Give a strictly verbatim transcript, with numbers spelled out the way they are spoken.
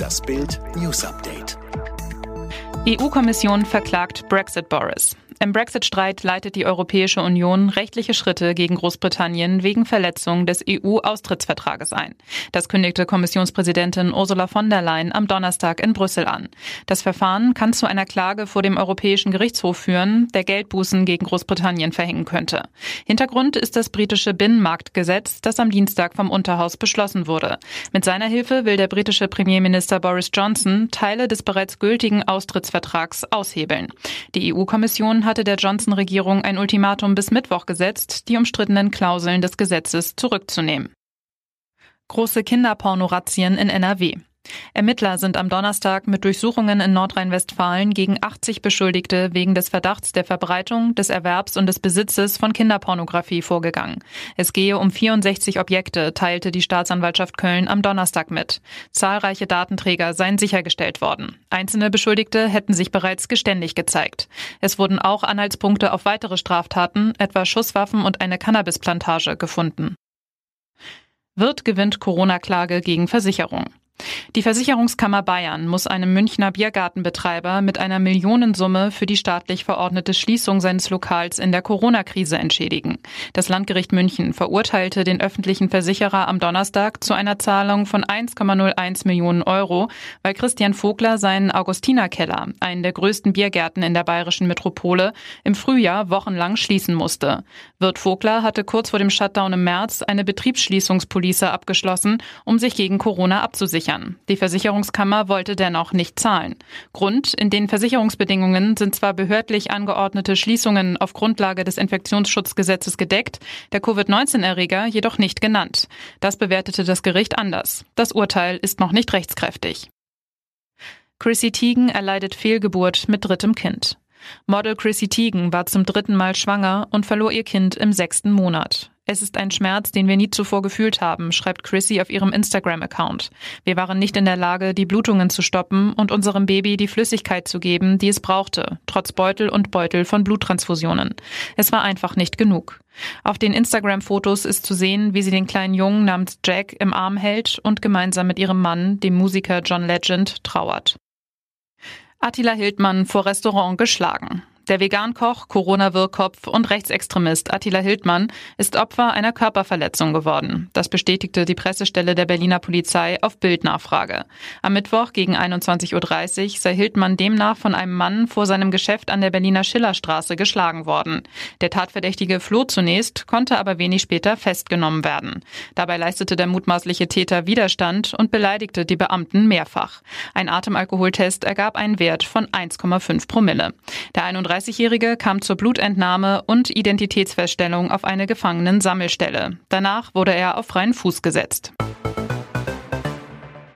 Das Bild News Update. E U-Kommission verklagt Brexit-Boris. Im Brexit-Streit leitet die Europäische Union rechtliche Schritte gegen Großbritannien wegen Verletzung des E U-Austrittsvertrages ein. Das kündigte Kommissionspräsidentin Ursula von der Leyen am Donnerstag in Brüssel an. Das Verfahren kann zu einer Klage vor dem Europäischen Gerichtshof führen, der Geldbußen gegen Großbritannien verhängen könnte. Hintergrund ist das britische Binnenmarktgesetz, das am Dienstag vom Unterhaus beschlossen wurde. Mit seiner Hilfe will der britische Premierminister Boris Johnson Teile des bereits gültigen Austrittsvertrags aushebeln. Die E U-Kommission hatte der Johnson-Regierung ein Ultimatum bis Mittwoch gesetzt, die umstrittenen Klauseln des Gesetzes zurückzunehmen. Große Kinderpornorazzien in N R W. Ermittler sind am Donnerstag mit Durchsuchungen in Nordrhein-Westfalen gegen achtzig Beschuldigte wegen des Verdachts der Verbreitung, des Erwerbs und des Besitzes von Kinderpornografie vorgegangen. Es gehe um vierundsechzig Objekte, teilte die Staatsanwaltschaft Köln am Donnerstag mit. Zahlreiche Datenträger seien sichergestellt worden. Einzelne Beschuldigte hätten sich bereits geständig gezeigt. Es wurden auch Anhaltspunkte auf weitere Straftaten, etwa Schusswaffen und eine Cannabisplantage, gefunden. Wirth gewinnt Corona-Klage gegen Versicherung. Die Versicherungskammer Bayern muss einem Münchner Biergartenbetreiber mit einer Millionensumme für die staatlich verordnete Schließung seines Lokals in der Corona-Krise entschädigen. Das Landgericht München verurteilte den öffentlichen Versicherer am Donnerstag zu einer Zahlung von eins Komma null eins Millionen Euro, weil Christian Vogler seinen Augustinerkeller, einen der größten Biergärten in der bayerischen Metropole, im Frühjahr wochenlang schließen musste. Wirth Vogler hatte kurz vor dem Shutdown im März eine Betriebsschließungspolice abgeschlossen, um sich gegen Corona abzusichern. Die Versicherungskammer wollte dennoch nicht zahlen. Grund: in den Versicherungsbedingungen sind zwar behördlich angeordnete Schließungen auf Grundlage des Infektionsschutzgesetzes gedeckt, der Covid neunzehn Erreger jedoch nicht genannt. Das bewertete das Gericht anders. Das Urteil ist noch nicht rechtskräftig. Chrissy Teigen erleidet Fehlgeburt mit drittem Kind. Model Chrissy Teigen war zum dritten Mal schwanger und verlor ihr Kind im sechsten Monat. Es ist ein Schmerz, den wir nie zuvor gefühlt haben, schreibt Chrissy auf ihrem Instagram-Account. Wir waren nicht in der Lage, die Blutungen zu stoppen und unserem Baby die Flüssigkeit zu geben, die es brauchte, trotz Beutel und Beutel von Bluttransfusionen. Es war einfach nicht genug. Auf den Instagram-Fotos ist zu sehen, wie sie den kleinen Jungen namens Jack im Arm hält und gemeinsam mit ihrem Mann, dem Musiker John Legend, trauert. Attila Hildmann vor Restaurant geschlagen. Der Vegankoch, Corona-Wirrkopf und Rechtsextremist Attila Hildmann ist Opfer einer Körperverletzung geworden. Das bestätigte die Pressestelle der Berliner Polizei auf Bild-Nachfrage. Am Mittwoch gegen einundzwanzig Uhr dreißig sei Hildmann demnach von einem Mann vor seinem Geschäft an der Berliner Schillerstraße geschlagen worden. Der Tatverdächtige floh zunächst, konnte aber wenig später festgenommen werden. Dabei leistete der mutmaßliche Täter Widerstand und beleidigte die Beamten mehrfach. Ein Atemalkoholtest ergab einen Wert von eins Komma fünf Promille. Der einunddreißigjährige kam zur Blutentnahme und Identitätsfeststellung auf eine Gefangenensammelstelle. Danach wurde er auf freien Fuß gesetzt.